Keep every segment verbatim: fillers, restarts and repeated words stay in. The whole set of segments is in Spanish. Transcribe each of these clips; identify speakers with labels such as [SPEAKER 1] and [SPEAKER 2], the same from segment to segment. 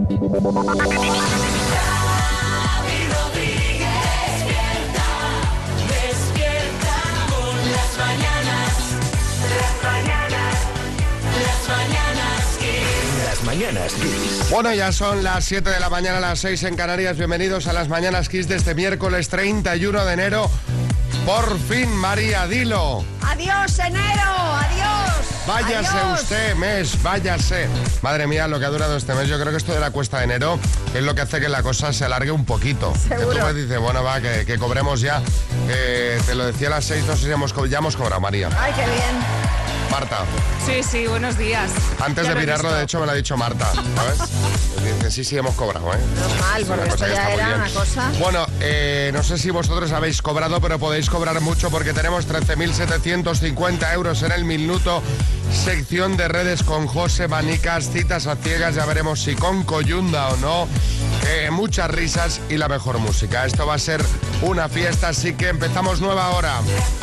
[SPEAKER 1] Mañanas Kiss.
[SPEAKER 2] Bueno, ya son las siete de la mañana, las seis en Canarias. Bienvenidos a las Mañanas Kiss de este miércoles treinta y uno de enero. Por fin, María, dilo.
[SPEAKER 3] ¡Adiós, enero! ¡Adiós!
[SPEAKER 2] Váyase
[SPEAKER 3] ¡Adiós!
[SPEAKER 2] usted, mes, váyase. Madre mía, lo que ha durado este mes. Yo creo que esto de la cuesta de enero es lo que hace que la cosa se alargue un poquito.
[SPEAKER 3] Seguro.
[SPEAKER 2] Que tú me dices, bueno, va, que, que cobremos ya. Eh, te lo decía a las seis, no sé si hemos, co- ya hemos cobrado, María.
[SPEAKER 3] ¡Ay, qué bien!
[SPEAKER 2] Marta.
[SPEAKER 4] Sí, sí, buenos días.
[SPEAKER 2] Antes
[SPEAKER 4] Ya
[SPEAKER 2] de
[SPEAKER 4] lo he
[SPEAKER 2] mirarlo,
[SPEAKER 4] visto.
[SPEAKER 2] de hecho, me lo ha dicho Marta, ¿sabes? Dice, sí, sí, hemos cobrado, ¿eh?
[SPEAKER 3] Normal,
[SPEAKER 2] Es
[SPEAKER 3] porque
[SPEAKER 2] una cosa
[SPEAKER 3] esto
[SPEAKER 2] que
[SPEAKER 3] ya
[SPEAKER 2] está muy
[SPEAKER 3] era
[SPEAKER 2] bien.
[SPEAKER 3] una cosa...
[SPEAKER 2] Bueno, eh, no sé si vosotros habéis cobrado, pero podéis cobrar mucho porque tenemos trece mil setecientos cincuenta euros en el minuto. Sección de redes con José Manicas, citas a ciegas, ya veremos si con coyunda o no. Eh, muchas risas y la mejor música. Esto va a ser una fiesta, así que empezamos nueva hora.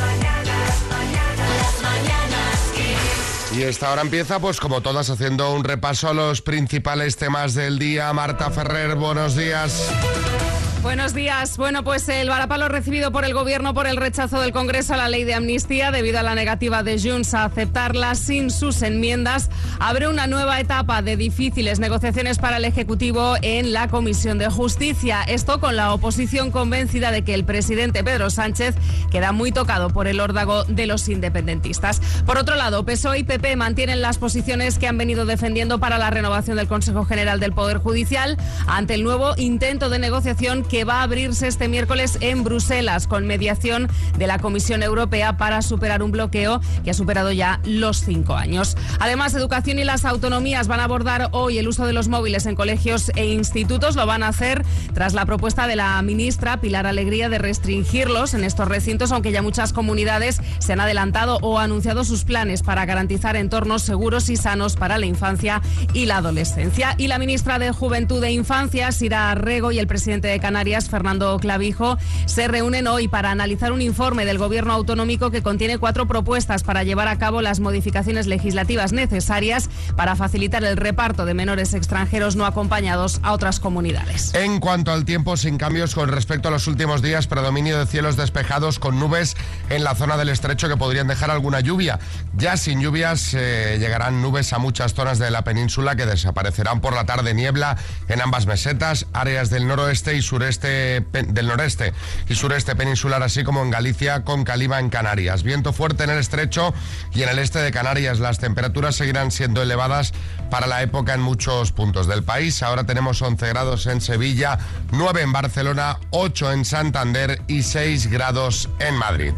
[SPEAKER 2] Y esta hora empieza, pues como todas, haciendo un repaso a los principales temas del día. Marta Ferrer, buenos días.
[SPEAKER 4] Buenos días. Bueno, pues el varapalo recibido por el Gobierno por el rechazo del Congreso a la ley de amnistía debido a la negativa de Junts a aceptarla sin sus enmiendas abre una nueva etapa de difíciles negociaciones para el Ejecutivo en la Comisión de Justicia. Esto con la oposición convencida de que el presidente Pedro Sánchez queda muy tocado por el órdago de los independentistas. Por otro lado, P S O E y P P mantienen las posiciones que han venido defendiendo para la renovación del Consejo General del Poder Judicial ante el nuevo intento de negociación que va a abrirse este miércoles en Bruselas con mediación de la Comisión Europea para superar un bloqueo que ha superado ya los cinco años. Además, Educación y las autonomías van a abordar hoy el uso de los móviles en colegios e institutos. Lo van a hacer tras la propuesta de la ministra Pilar Alegría de restringirlos en estos recintos, aunque ya muchas comunidades se han adelantado o anunciado sus planes para garantizar entornos seguros y sanos para la infancia y la adolescencia. Y la ministra de Juventud e Infancia, Sira Rego, y el presidente de Canarias, Fernando Clavijo, se reúnen hoy para analizar un informe del Gobierno autonómico que contiene cuatro propuestas para llevar a cabo las modificaciones legislativas necesarias para facilitar el reparto de menores extranjeros no acompañados a otras comunidades.
[SPEAKER 2] En cuanto al tiempo, sin cambios con respecto a los últimos días, predominio de cielos despejados con nubes en la zona del estrecho que podrían dejar alguna lluvia. Ya sin lluvias eh, llegarán nubes a muchas zonas de la península que desaparecerán por la tarde. Niebla en ambas mesetas, áreas del noroeste y sureste del noreste y sureste peninsular, así como en Galicia con calima en Canarias. Viento fuerte en el estrecho y en el este de Canarias. Las temperaturas seguirán siendo elevadas para la época en muchos puntos del país. Ahora tenemos once grados en Sevilla, nueve en Barcelona, ocho en Santander y seis grados en Madrid.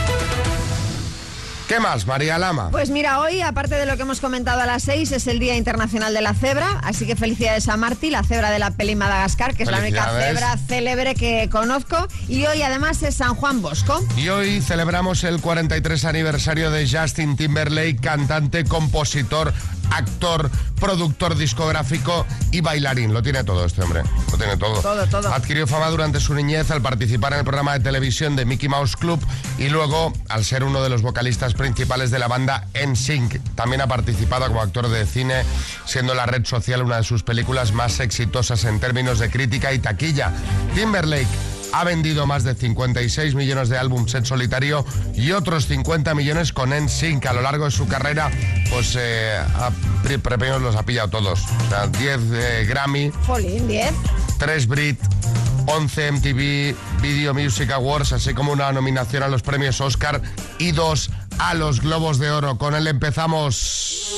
[SPEAKER 2] ¿Qué más, María Lama?
[SPEAKER 3] Pues mira, hoy, aparte de lo que hemos comentado a las seis, es el Día Internacional de la Cebra, así que felicidades a Martí, la cebra de la peli Madagascar, que es la única cebra célebre que conozco, y hoy además es San Juan Bosco.
[SPEAKER 2] Y hoy celebramos el cuarenta y tres aniversario de Justin Timberlake, cantante, compositor, actor, productor discográfico y bailarín. Lo tiene todo este hombre, lo tiene todo.
[SPEAKER 3] Todo, todo.
[SPEAKER 2] Adquirió fama durante su niñez al participar en el programa de televisión de Mickey Mouse Club y luego al ser uno de los vocalistas principales de la banda N Sync. También ha participado como actor de cine, siendo La Red Social una de sus películas más exitosas en términos de crítica y taquilla. Timberlake ha vendido más de cincuenta y seis millones de álbumes en solitario y otros cincuenta millones con N Sync. A lo largo de su carrera, pues eh, a premios los ha pillado todos. O sea, diez eh, Grammy,
[SPEAKER 3] Jolín, diez.
[SPEAKER 2] tres Brit, once M T V Video Music Awards, así como una nominación a los premios Oscar y dos a los Globos de Oro. Con él empezamos.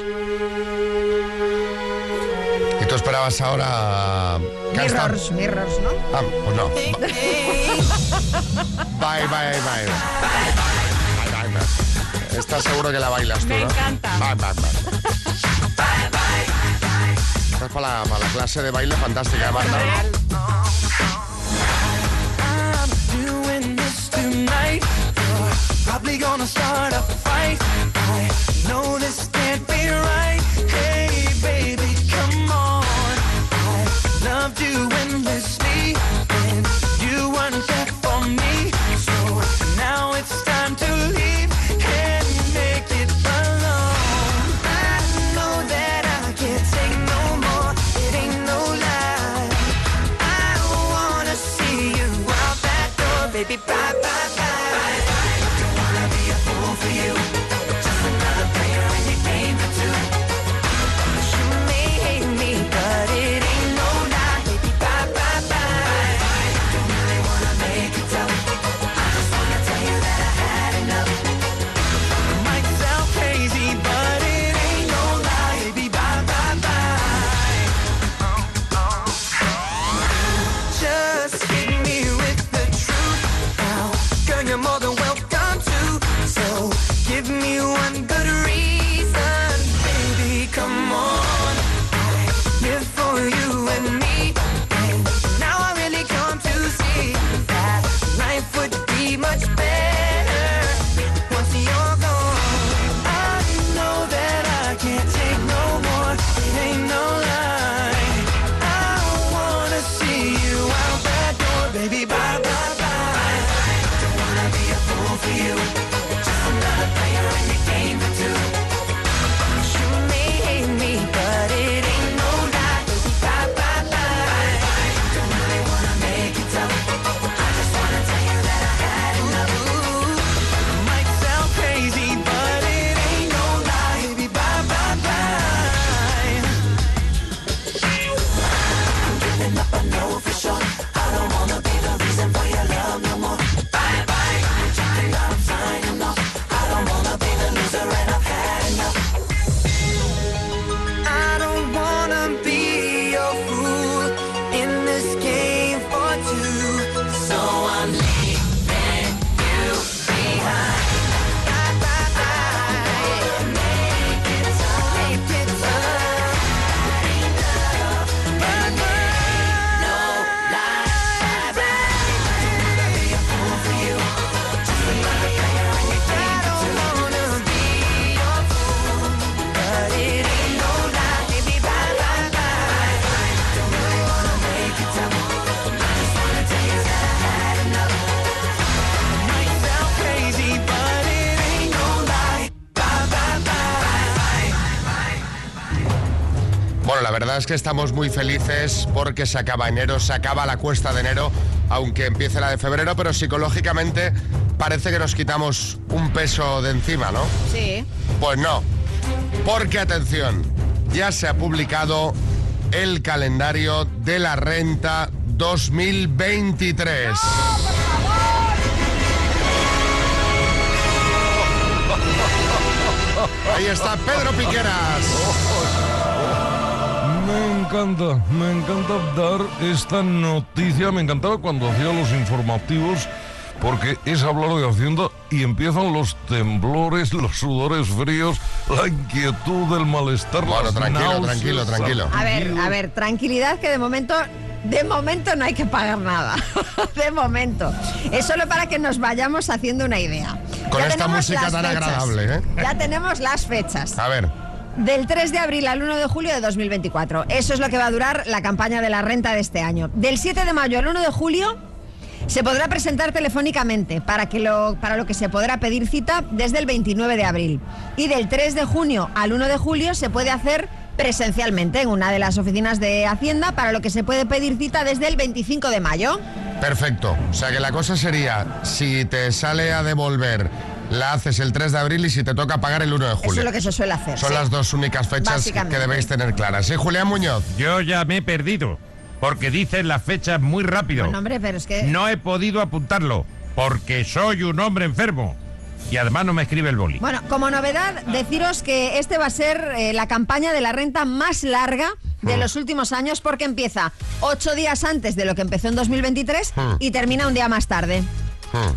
[SPEAKER 2] ¿Y tú esperabas ahora?
[SPEAKER 3] Mirrors, Mirrors, ¿no?
[SPEAKER 2] Ah, pues no. Bye, bye, bye. Estás seguro que la bailas tú,
[SPEAKER 4] Me
[SPEAKER 2] ¿no?
[SPEAKER 4] encanta.
[SPEAKER 2] Bye, bye, bye. Estás para la, para la clase de baile fantástica, Marta.
[SPEAKER 5] Probably gonna start a fight. I know this can't be right. Hey, baby, come on. I loved you endlessly, and you weren't there for me. So now it's time to leave and make it alone. I know that I can't take no more. It ain't no baby, bye, bye, bye. Don't wanna be a fool for you. Just another player in your game for two. You may hate me, but it ain't no lie, baby, bye, bye, bye. Don't really wanna make it tough. I just wanna tell you that I had enough. Might sound crazy, but it ain't no lie, baby, bye, bye, bye. Just hit me with the truth now. Girl, you're more than welcome to. So give me one good reason, baby, come on. I live for you and me, and now I really come to see that life would be much better once you're gone. I know that I can't take no more, it ain't no lie. I wanna see you out that door, baby, bye, bye, bye. Don't wanna be a fool for you. Just another player in your game for two. You may hate me, but it ain't no lie, baby, bye, bye, bye. Don't really wanna make it tough. I just wanna tell you that I had enough. Might sound crazy, but it ain't no lie, baby, bye, bye, bye. I'm giving up, I know for sure. I don't wanna be the reason for your love no more. Bye, bye. Rejecting, I'm signing off. I don't wanna be the loser and I've had enough. I don't wanna be your fool in this game for two. So I'm leaving you behind. Bye, bye, bye. Make it tough. Make it tough. Bye, bye. No lie. Bye, bye. Don't wanna be a fool for you. Just another player in your game. I don't wanna be your fool, but it ain't no lie, baby, bye, bye, bye. Don't really wanna make it tough. I just wanna tell you that I had enough. Might sound crazy, but it ain't no lie. Bye, bye, bye.
[SPEAKER 2] Bueno, la verdad es que estamos muy felices porque se acaba enero, se acaba la cuesta de enero, aunque empiece la de febrero, pero psicológicamente parece que nos quitamos un peso de encima, ¿no?
[SPEAKER 3] Sí.
[SPEAKER 2] Pues no, porque atención, ya se ha publicado el calendario de la renta dos mil veintitrés. Ahí está Pedro Piqueras.
[SPEAKER 6] Me encanta, me encanta dar esta noticia. Me encantaba cuando hacía los informativos, porque es hablar de Hacienda y empiezan los temblores, los sudores fríos, la inquietud, el malestar,
[SPEAKER 2] Bueno,
[SPEAKER 6] las
[SPEAKER 2] tranquilo,
[SPEAKER 6] náuseas,
[SPEAKER 2] tranquilo, tranquilo.
[SPEAKER 3] A ver, a ver, tranquilidad, que de momento, de momento no hay que pagar nada. De momento. Es solo para que nos vayamos haciendo una idea.
[SPEAKER 2] Con
[SPEAKER 3] Ya
[SPEAKER 2] esta
[SPEAKER 3] tenemos
[SPEAKER 2] música
[SPEAKER 3] las
[SPEAKER 2] tan
[SPEAKER 3] fechas.
[SPEAKER 2] agradable, ¿eh?
[SPEAKER 3] Ya tenemos las fechas.
[SPEAKER 2] A ver,
[SPEAKER 3] Del tres de abril al uno de julio de dos mil veinticuatro. Eso es lo que va a durar la campaña de la renta de este año. Del siete de mayo al uno de julio se podrá presentar telefónicamente, para, que lo, para lo que se podrá pedir cita desde el veintinueve de abril. Y del tres de junio al uno de julio se puede hacer presencialmente en una de las oficinas de Hacienda, para lo que se puede pedir cita desde el veinticinco de mayo.
[SPEAKER 2] perfecto. O sea que la cosa sería, si te sale a devolver, la haces el tres de abril y si te toca pagar el uno de julio.
[SPEAKER 3] Eso es lo que se suele hacer.
[SPEAKER 2] Son
[SPEAKER 3] sí.
[SPEAKER 2] las dos únicas fechas
[SPEAKER 3] Básicamente.
[SPEAKER 2] que debéis tener claras. ¿Sí, Julián Muñoz?
[SPEAKER 7] Yo ya me he perdido, porque dicen las fechas muy rápido.
[SPEAKER 3] Bueno, hombre, pero es que...
[SPEAKER 7] No he podido apuntarlo, porque soy un hombre enfermo. Y además no me escribe el boli.
[SPEAKER 3] Bueno, como novedad, deciros que este va a ser eh, la campaña de la renta más larga de los últimos años, porque empieza ocho días antes de lo que empezó en dos mil veintitrés
[SPEAKER 2] Hmm.
[SPEAKER 3] y termina un día más tarde.
[SPEAKER 2] Hmm.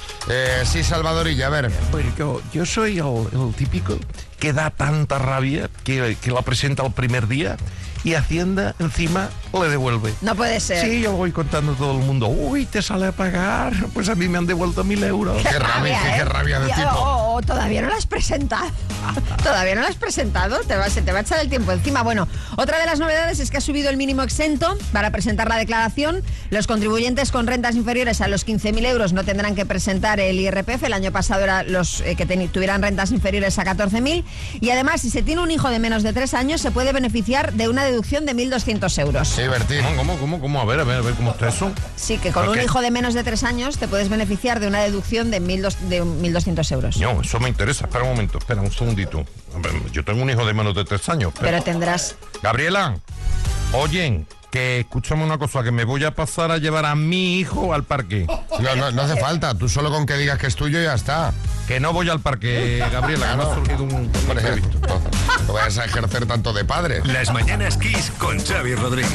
[SPEAKER 2] Eh, sí, Salvadorilla, a ver.
[SPEAKER 6] Pues yo, yo soy el, el típico que da tanta rabia que, que la presenta el primer día y Hacienda encima le devuelve.
[SPEAKER 3] No puede ser.
[SPEAKER 6] Sí, yo voy contando a todo el mundo, uy, te sale a pagar, pues a mí me han devuelto mil euros.
[SPEAKER 2] Qué rabia, qué, qué rabia de
[SPEAKER 3] Y-
[SPEAKER 2] tipo.
[SPEAKER 3] o- o todavía no lo has presentado. Todavía no lo has presentado. Te va, se te va a echar el tiempo encima. Bueno, otra de las novedades es que ha subido el mínimo exento para presentar la declaración. Los contribuyentes con rentas inferiores a los quince mil euros no tendrán que presentar el I R P F. El año pasado eran los eh, que teni- tuvieran rentas inferiores a catorce mil. Y además, si se tiene un hijo de menos de tres años, se puede beneficiar de una deducción de mil doscientos euros.
[SPEAKER 2] Sí, Bertín.
[SPEAKER 7] ¿Cómo, cómo, cómo, cómo? A ver, a ver, a ver, ¿cómo está eso?
[SPEAKER 3] Sí, que con un hijo de menos de tres años te puedes beneficiar de una deducción de mil doscientos euros.
[SPEAKER 7] No, eso me interesa. Espera un momento, espera un segundito. Hombre, yo tengo un hijo de menos de tres años. Pero,
[SPEAKER 3] pero tendrás...
[SPEAKER 7] Gabriela, oyen, que escúchame una cosa, que me voy a pasar a llevar a mi hijo al parque.
[SPEAKER 2] No, no, no hace falta, tú solo con que digas que es tuyo ya está.
[SPEAKER 7] Que no voy al parque, Gabriela, que me ha surgido un, un
[SPEAKER 2] Por
[SPEAKER 7] imprevisto.
[SPEAKER 2] ejemplo, no vayas a ejercer tanto de padre.
[SPEAKER 1] Las Mañanas Kiss con Xavi Rodríguez.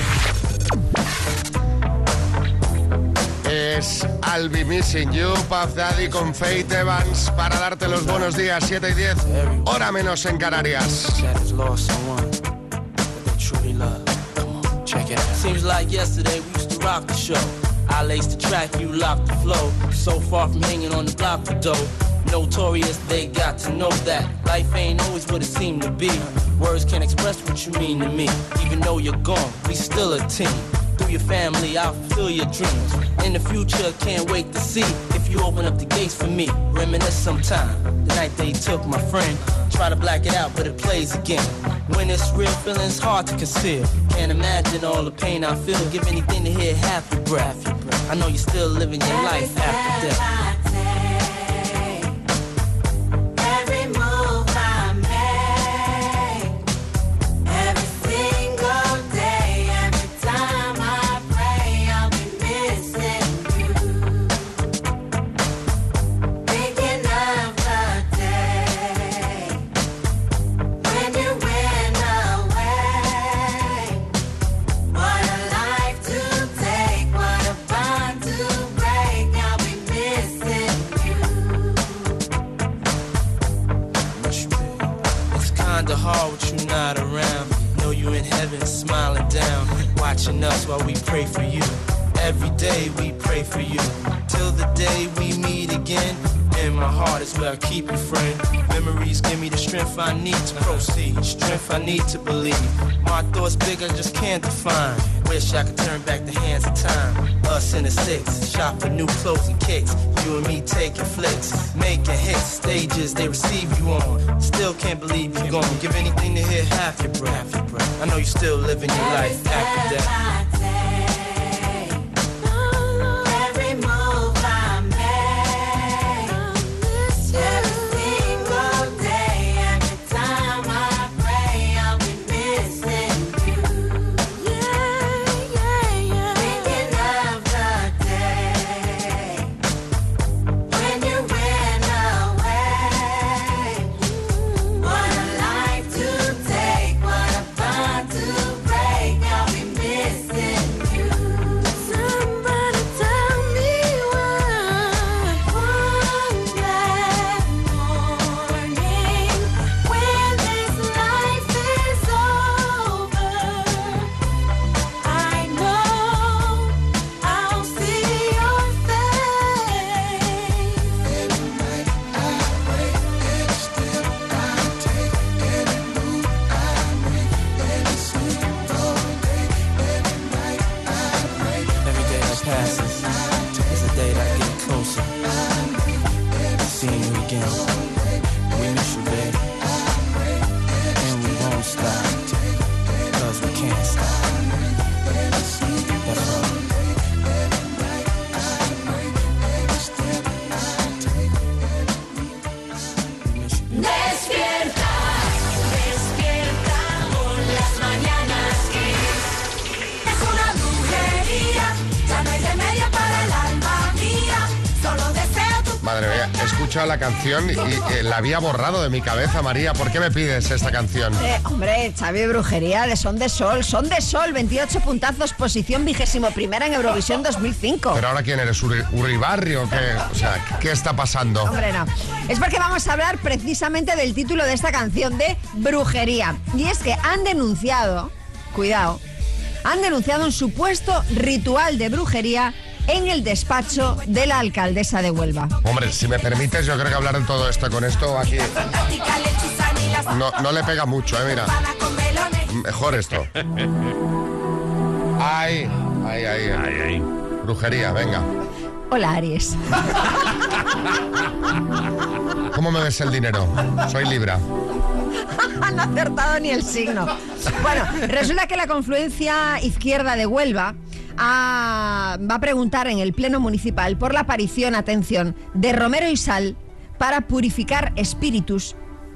[SPEAKER 2] Es I'll Be Missing You, Puff Daddy con Faith Evans, para darte los buenos días, siete y diez, hora menos en Canarias.
[SPEAKER 8] Check it out. Seems like yesterday we used to rock the show. I laced the track, you locked the flow. So far from hanging on the block for dough. Notorious, they got to know that life ain't always what it seemed to be. Words can't express what you mean to me. Even though you're gone, we still a team. Through your family, I'll fulfill your dreams. In the future, can't wait to see if you open up the gates for me. Reminisce sometime, the night they took my friend. Try to black it out, but it plays again. When it's real, feeling's hard to conceal. Can't imagine all the pain I feel. Give anything to hear half your breath. I know you're still living your life after death. Watching us while we pray for you. Every day we pray for you. Till the day we meet again. In my heart is where I keep you, friend. Memories give me the strength I need to proceed. Strength I need to believe. My thoughts big, I just can't define. Wish I could turn back the hands of time. Us in the six, shop for new clothes and kicks. You and me taking flicks, making hits. Stages they receive you on. Still can't believe you're gone. Give anything to hear half your breath. I know you're still living your life after death.
[SPEAKER 2] La canción y eh, la había borrado de mi cabeza, María. ¿Por qué me pides esta canción?
[SPEAKER 3] Eh, hombre, Xavi, Brujería de Son de Sol. Son de Sol, veintiocho puntazos, posición vigésimo primera en Eurovisión dos mil cinco.
[SPEAKER 2] Pero ahora, ¿quién eres? ¿Uri, Uribarri o qué? O sea, ¿qué está pasando?
[SPEAKER 3] Hombre, no. Es porque vamos a hablar precisamente del título de esta canción, de Brujería. Y es que han denunciado, cuidado, han denunciado un supuesto ritual de brujería en el despacho de la alcaldesa de Huelva.
[SPEAKER 2] Hombre, si me permites, yo creo que hablar de todo esto con esto aquí no, no le pega mucho, eh, mira. Mejor esto. Ay, ay, ay, ay, ay. Brujería, venga.
[SPEAKER 3] Hola, Aries.
[SPEAKER 2] ¿Cómo me ves el dinero? Soy Libra.
[SPEAKER 3] Han acertado ni el signo. Bueno, resulta que la confluencia izquierda de Huelva a, va a preguntar en el Pleno Municipal por la aparición, atención, de romero y sal para purificar espíritus.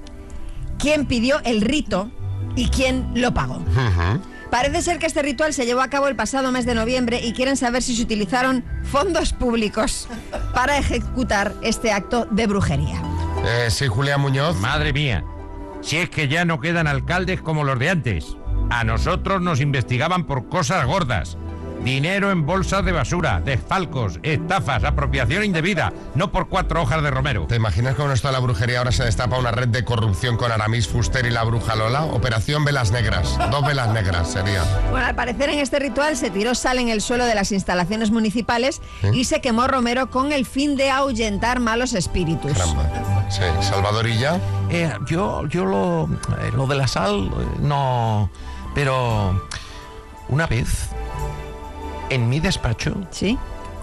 [SPEAKER 3] ¿Quién pidió el rito y quién lo pagó?
[SPEAKER 2] Uh-huh.
[SPEAKER 3] Parece ser que este ritual se llevó a cabo el pasado mes de noviembre y quieren saber si se utilizaron fondos públicos para ejecutar este acto de brujería.
[SPEAKER 2] Eh, sí, Julián Muñoz.
[SPEAKER 7] Madre mía, si es que ya no quedan alcaldes como los de antes. A nosotros nos investigaban por cosas gordas. Dinero en bolsas de basura, desfalcos, estafas, apropiación indebida, no por cuatro hojas de romero.
[SPEAKER 2] ¿Te imaginas que con esto de la brujería ahora se destapa una red de corrupción con Aramis Fuster y la bruja Lola? Operación Velas Negras. Dos velas negras sería.
[SPEAKER 3] Bueno, al parecer en este ritual se tiró sal en el suelo de las instalaciones municipales
[SPEAKER 2] ¿Eh?
[SPEAKER 3] y se quemó romero con el fin de ahuyentar malos espíritus.
[SPEAKER 2] Caramba. Sí, Salvadorilla.
[SPEAKER 7] Eh, yo, yo lo, eh, lo de la sal, eh, no... Pero una vez, en mi despacho,
[SPEAKER 3] ¿Sí?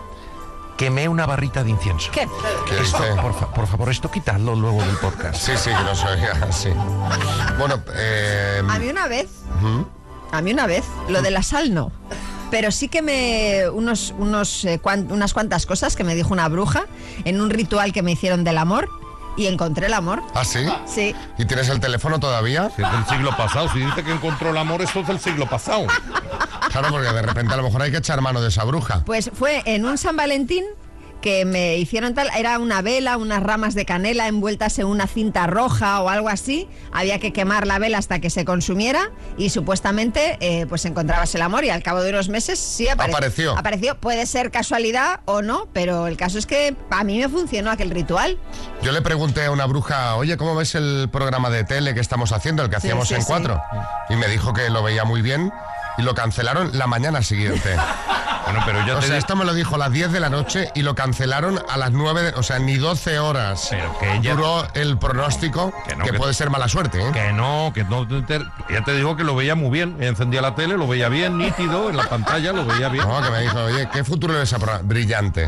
[SPEAKER 7] quemé una barrita de incienso.
[SPEAKER 3] ¿Qué?
[SPEAKER 2] ¿Qué
[SPEAKER 7] Esto,
[SPEAKER 2] dice?
[SPEAKER 7] por, fa- por favor, esto quitadlo luego del podcast.
[SPEAKER 2] Sí, sí, que no se oiga, sí. Bueno, eh...
[SPEAKER 3] A mí una vez,
[SPEAKER 2] ¿hmm?
[SPEAKER 3] a mí una vez, lo de la sal no. Pero sí que me... Unos, unos, eh, cuan- unas cuantas cosas que me dijo una bruja en un ritual que me hicieron del amor y encontré el amor.
[SPEAKER 2] ¿Ah, sí?
[SPEAKER 3] Sí.
[SPEAKER 2] ¿Y tienes el teléfono todavía?
[SPEAKER 7] Si es del siglo pasado, si dice que encontró el amor, esto es del siglo pasado.
[SPEAKER 2] Claro, porque de repente a lo mejor hay que echar mano de esa bruja.
[SPEAKER 3] Pues fue en un San Valentín que me hicieron tal, era una vela, unas ramas de canela envueltas en una cinta roja o algo así. Había que quemar la vela hasta que se consumiera y supuestamente eh, pues encontrabas el amor y al cabo de unos meses sí apare-
[SPEAKER 2] Apareció.
[SPEAKER 3] Apareció. Puede ser casualidad o no, pero el caso es que a mí me funcionó aquel ritual.
[SPEAKER 2] Yo le pregunté a una bruja, oye, ¿cómo ves el programa de tele que estamos haciendo, el que
[SPEAKER 3] Sí,
[SPEAKER 2] hacíamos
[SPEAKER 3] sí,
[SPEAKER 2] en
[SPEAKER 3] sí.
[SPEAKER 2] cuatro? Y me dijo que lo veía muy bien y lo cancelaron la mañana siguiente.
[SPEAKER 7] Bueno, pero yo
[SPEAKER 2] O
[SPEAKER 7] te
[SPEAKER 2] sea,
[SPEAKER 7] di-
[SPEAKER 2] esto me lo dijo a las diez de la noche y lo cancelaron a las nueve, de- o sea, ni doce horas.
[SPEAKER 7] Pero que ella-
[SPEAKER 2] duró el pronóstico, que,
[SPEAKER 7] Que no, que-
[SPEAKER 2] puede ser mala suerte, ¿eh?
[SPEAKER 7] Que no, que no. te- te- Ella te dijo que lo veía muy bien. Encendía la tele, lo veía bien, nítido, en la pantalla lo veía bien.
[SPEAKER 2] No, que me dijo, oye, ¿qué futuro le ves a programa? Brillante.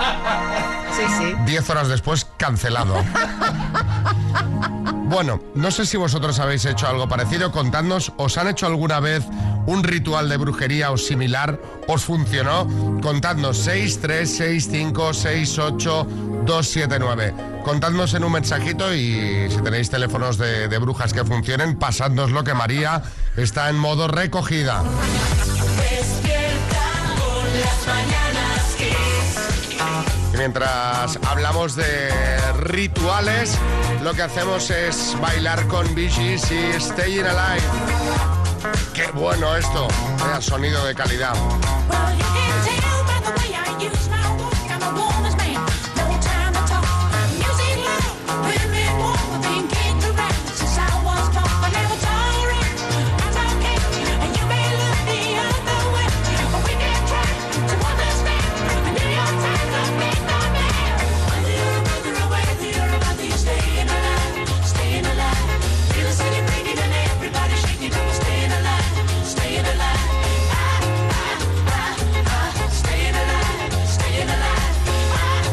[SPEAKER 3] Sí, sí.
[SPEAKER 2] Diez horas después, cancelado. Bueno, no sé si vosotros habéis hecho algo parecido. Contadnos, ¿os han hecho alguna vez un ritual de brujería o similar? ¿Os funcionó? Contadnos seis tres seis cinco seis ocho dos siete nueve. Contadnos en un mensajito y si tenéis teléfonos de, de brujas que funcionen, pasádnoslo que María está en modo recogida. Y mientras hablamos de rituales, lo que hacemos es bailar con Bee Gees y Staying Alive. ¡Qué bueno esto! Vaya sonido de calidad.
[SPEAKER 9] Well, you can tell by the way I use my walk. I'm a woman's man, no time to talk. Music loud, women walk, we've been kicked around since I was born. I never tolerate, I don't care, and you may look the other way, but we can try to understand. A New York Times don't make no man. Whether you're a brother or whether you're a mother, you're staying alive, staying alive. Feel the city breathing and everybody shaking, we're staying alive, staying alive. Ah, ah, ah, ah, staying alive, staying alive. Ah,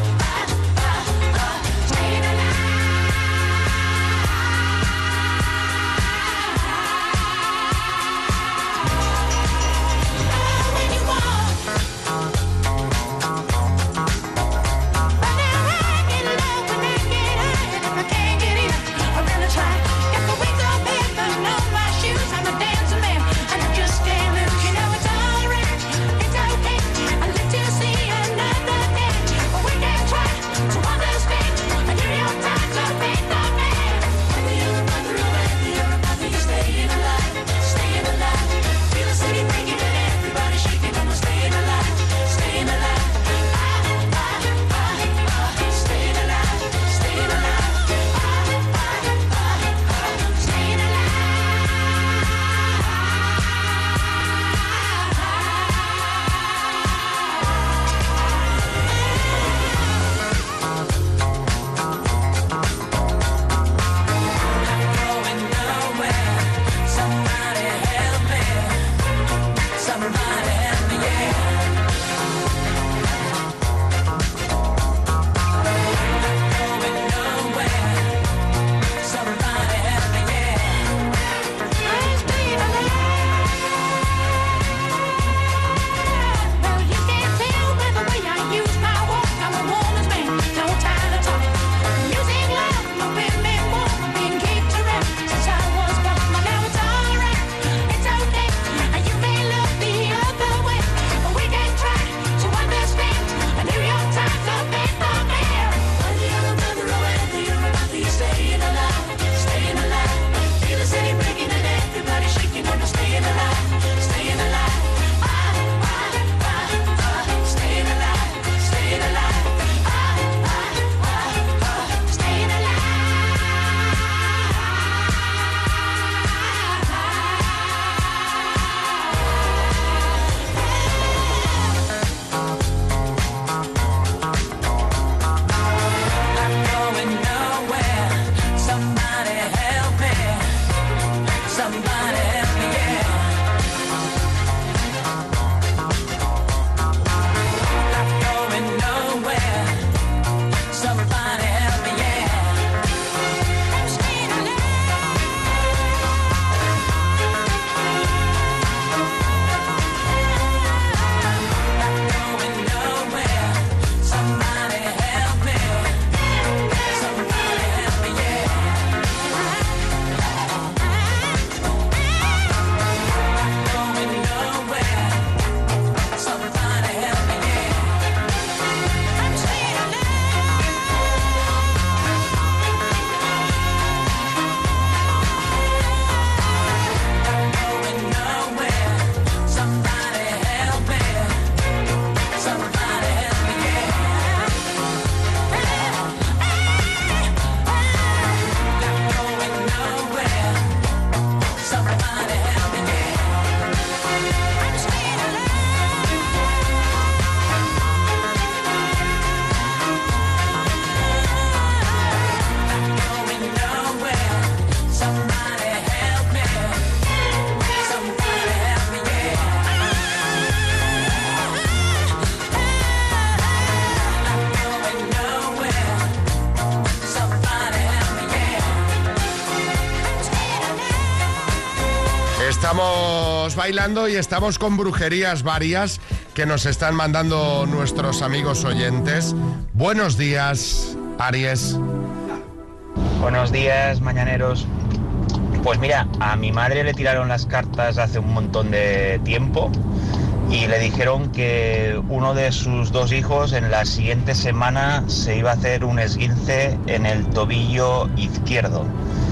[SPEAKER 2] estamos bailando y estamos con brujerías varias que nos están mandando nuestros amigos oyentes. Buenos días, Aries.
[SPEAKER 10] Buenos días, mañaneros. Pues mira, a mi madre le tiraron las cartas hace un montón de tiempo y le dijeron que uno de sus dos hijos en la siguiente semana se iba a hacer un esguince en el tobillo izquierdo.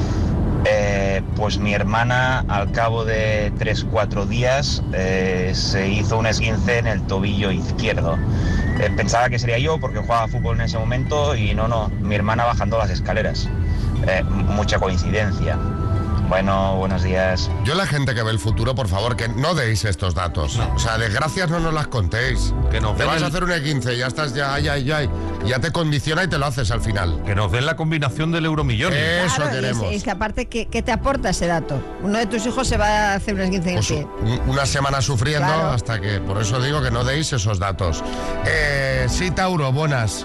[SPEAKER 10] Eh, pues mi hermana al cabo de tres cuatro días eh, se hizo un esguince en el tobillo izquierdo. Eh, pensaba que sería yo porque jugaba fútbol en ese momento y no, no, mi hermana bajando las escaleras. Eh, mucha coincidencia. Bueno, buenos días.
[SPEAKER 2] Yo la gente que ve el futuro, por favor, que no deis estos datos. No. O sea, desgracias no nos las contéis.
[SPEAKER 6] Que nos
[SPEAKER 2] te vas
[SPEAKER 6] el...
[SPEAKER 2] a hacer un E quince, ya estás, ya, ya, ya, ya te condiciona y te lo haces al final.
[SPEAKER 6] Que nos den la combinación del euromillón.
[SPEAKER 2] Eso
[SPEAKER 3] claro,
[SPEAKER 2] queremos.
[SPEAKER 3] Es, es que aparte, ¿qué, ¿qué te aporta ese dato? Uno de tus hijos se va a hacer un esguince en el
[SPEAKER 2] Pues
[SPEAKER 3] pie.
[SPEAKER 2] un- una semana sufriendo
[SPEAKER 3] Claro.
[SPEAKER 2] hasta que, por eso digo que no deis esos datos. Eh, sí, Tauro, buenas.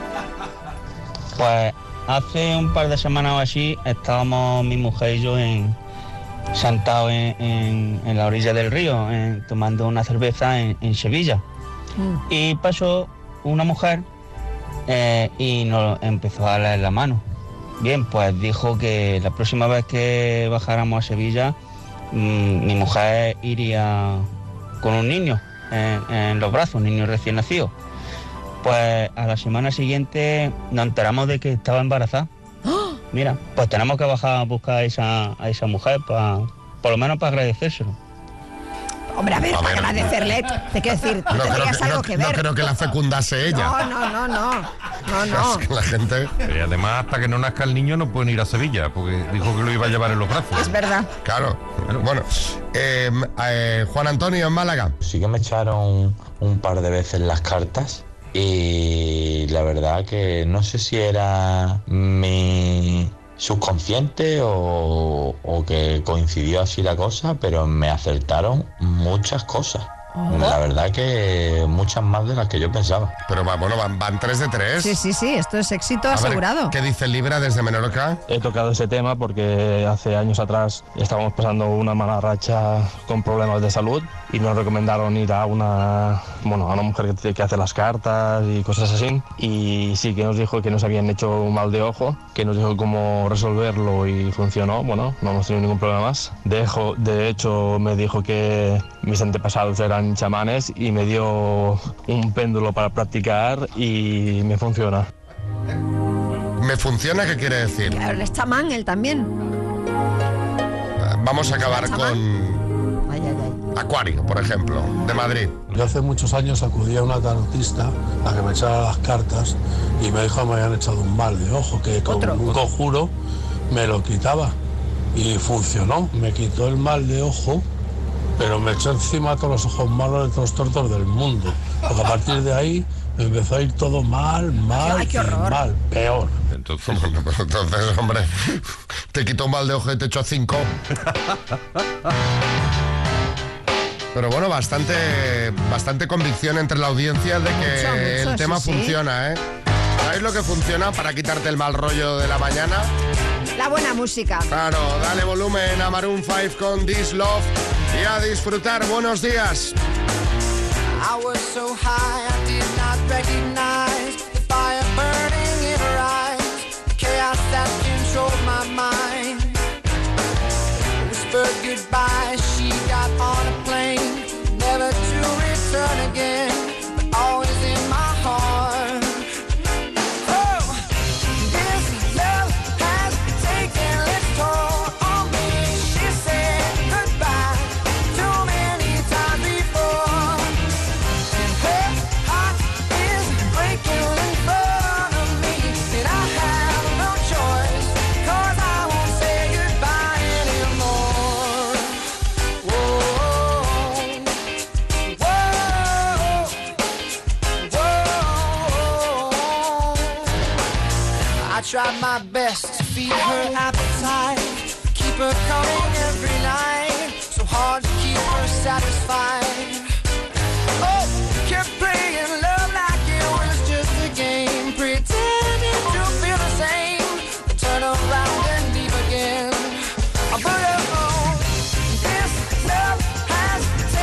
[SPEAKER 11] Pues hace un par de semanas o así estábamos mi mujer y yo en, sentados en, en- en la orilla del río, en- tomando una cerveza en, en Sevilla. Y pasó una mujer eh, y nos empezó a leer la mano. Bien, pues dijo que la próxima vez que bajáramos a Sevilla, mm, mi mujer iría con un niño en, en los brazos, un niño recién nacido. Pues a la semana siguiente nos enteramos de que estaba embarazada. Mira, pues tenemos que bajar a buscar a esa, a esa mujer, para, por lo menos para agradecérselo.
[SPEAKER 3] Hombre, a ver,
[SPEAKER 2] A
[SPEAKER 3] para
[SPEAKER 2] ver.
[SPEAKER 3] agradecerle, te quiero decir, tú
[SPEAKER 2] No creo,
[SPEAKER 3] tendrías
[SPEAKER 2] que,
[SPEAKER 3] algo
[SPEAKER 2] no-
[SPEAKER 3] que
[SPEAKER 2] no
[SPEAKER 3] ver.
[SPEAKER 2] creo que la fecundase ella.
[SPEAKER 3] No, no, no, no, no, no.
[SPEAKER 2] Es que la gente...
[SPEAKER 6] Y además, hasta que no nazca el niño, no pueden ir a Sevilla, porque dijo que lo iba a llevar en los brazos.
[SPEAKER 3] Es verdad.
[SPEAKER 2] Claro. Bueno, eh, eh, Juan Antonio en Málaga.
[SPEAKER 12] Sí que me echaron un par de veces las cartas y la verdad que no sé si era mi subconsciente o, o que coincidió así la cosa, pero me acertaron muchas cosas. La verdad que muchas más de las que yo pensaba.
[SPEAKER 2] Pero va, bueno, van, van tres de tres.
[SPEAKER 3] Sí, sí, sí, esto es éxito
[SPEAKER 2] A ver,
[SPEAKER 3] asegurado.
[SPEAKER 2] ¿qué dice Libra desde Menorca?
[SPEAKER 13] He tocado ese tema porque hace años atrás estábamos pasando una mala racha con problemas de salud y nos recomendaron ir a una, bueno, a una mujer que, que hace las cartas y cosas así. Y sí que nos dijo que nos habían hecho un mal de ojo, que nos dijo cómo resolverlo y funcionó. Bueno, no hemos tenido ningún problema más. De, hecho, de hecho, me dijo que mis antepasados eran chamanes y me dio un péndulo para practicar y me funciona.
[SPEAKER 2] ¿Me funciona? ¿Qué quiere decir?
[SPEAKER 3] Claro, es chamán él también.
[SPEAKER 2] Vamos a acabar
[SPEAKER 3] ¿Chamán?
[SPEAKER 2] con
[SPEAKER 3] Ay, ay, ay.
[SPEAKER 2] Acuario, por ejemplo, de Madrid.
[SPEAKER 14] Yo hace muchos años acudí a una tarotista a que me echara las cartas y me dijo que me habían echado un mal de ojo, que con
[SPEAKER 3] Otro.
[SPEAKER 14] un conjuro me lo quitaba. Y funcionó, me quitó el mal de ojo, pero me echó encima todos los ojos malos de todos los tortos del mundo. Porque a partir de ahí me empezó a ir todo mal, mal,
[SPEAKER 3] Ay, qué
[SPEAKER 14] y
[SPEAKER 3] horror.
[SPEAKER 14] mal, peor.
[SPEAKER 6] Entonces,
[SPEAKER 2] Bueno, pues entonces, hombre, te quito un mal de ojo y te echo cinco. Pero bueno, bastante, bastante convicción entre la audiencia de que
[SPEAKER 3] Mucho, mucho,
[SPEAKER 2] el tema
[SPEAKER 3] sí, sí.
[SPEAKER 2] funciona, ¿eh? ¿Sabéis lo que funciona para quitarte el mal rollo de la mañana?
[SPEAKER 3] La buena música.
[SPEAKER 2] Claro, dale volumen a Maroon cinco con This Love y a disfrutar. Buenos días.
[SPEAKER 5] I was so high I did not recognize the fire burning in her eyes, the chaos that controlled my mind. Whispered goodbye, she got on a plane, never to return again, but always in my heart. Oh, this love has taken its toll on me. She said goodbye too many times before. Her heart is breaking in front of me, and I have no choice, 'cause I won't say goodbye anymore. Whoa, whoa, whoa. I tried my best to feed her appetite, keep her coming every night, so hard to keep her satisfied. Oh, kept playing love like it was just a game, pretending to feel the same, then turn around and leave again. But oh, this love has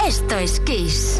[SPEAKER 15] Esto es Kiss.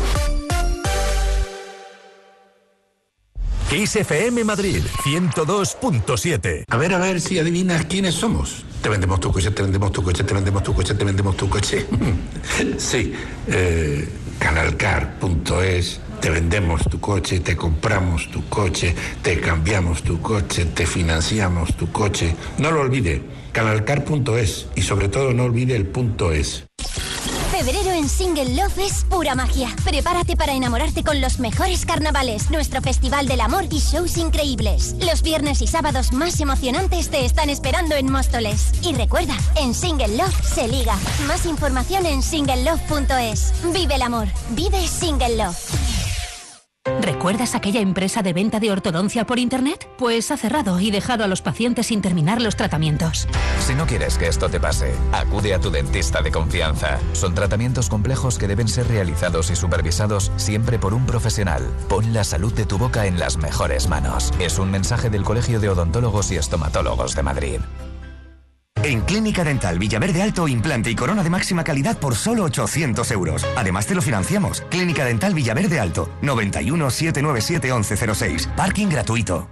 [SPEAKER 1] Kiss F M Madrid, ciento dos punto siete.
[SPEAKER 16] A ver, a ver si adivinas quiénes somos. Te vendemos tu coche, te vendemos tu coche, te vendemos tu coche, te vendemos tu coche. Sí, eh, canalcar punto es. Te vendemos tu coche, te compramos tu coche, te cambiamos tu coche, te financiamos tu coche. No lo olvide, canalcar punto es. Y sobre todo no olvide el punto es.
[SPEAKER 15] Febrero en Single Love es pura magia. Prepárate para enamorarte con los mejores carnavales, nuestro festival del amor y shows increíbles. Los viernes y sábados más emocionantes te están esperando en Móstoles. Y recuerda, en Single Love se liga. Más información en single love punto es. Vive el amor. Vive Single Love.
[SPEAKER 17] ¿Recuerdas aquella empresa de venta de ortodoncia por internet? Pues ha cerrado y dejado a los pacientes sin terminar los tratamientos.
[SPEAKER 18] Si no quieres que esto te pase, acude a tu dentista de confianza. Son tratamientos complejos que deben ser realizados y supervisados siempre por un profesional. Pon la salud de tu boca en las mejores manos. Es un mensaje del Colegio de Odontólogos y Estomatólogos de Madrid.
[SPEAKER 19] En Clínica Dental Villaverde Alto, implante y corona de máxima calidad por solo ochocientos euros. Además te lo financiamos. Clínica Dental Villaverde Alto, noventa y uno, setecientos noventa y siete, once cero seis. Parking gratuito.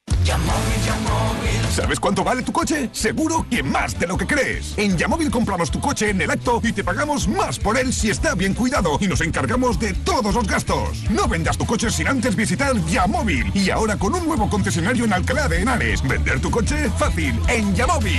[SPEAKER 20] ¿Sabes cuánto vale tu coche? Seguro que más de lo que crees. En Yamóvil compramos tu coche en el acto y te pagamos más por él si está bien cuidado y nos encargamos de todos los gastos. No vendas tu coche sin antes visitar Yamóvil. Y ahora con un nuevo concesionario en Alcalá de Henares. Vender tu coche fácil en Yamóvil.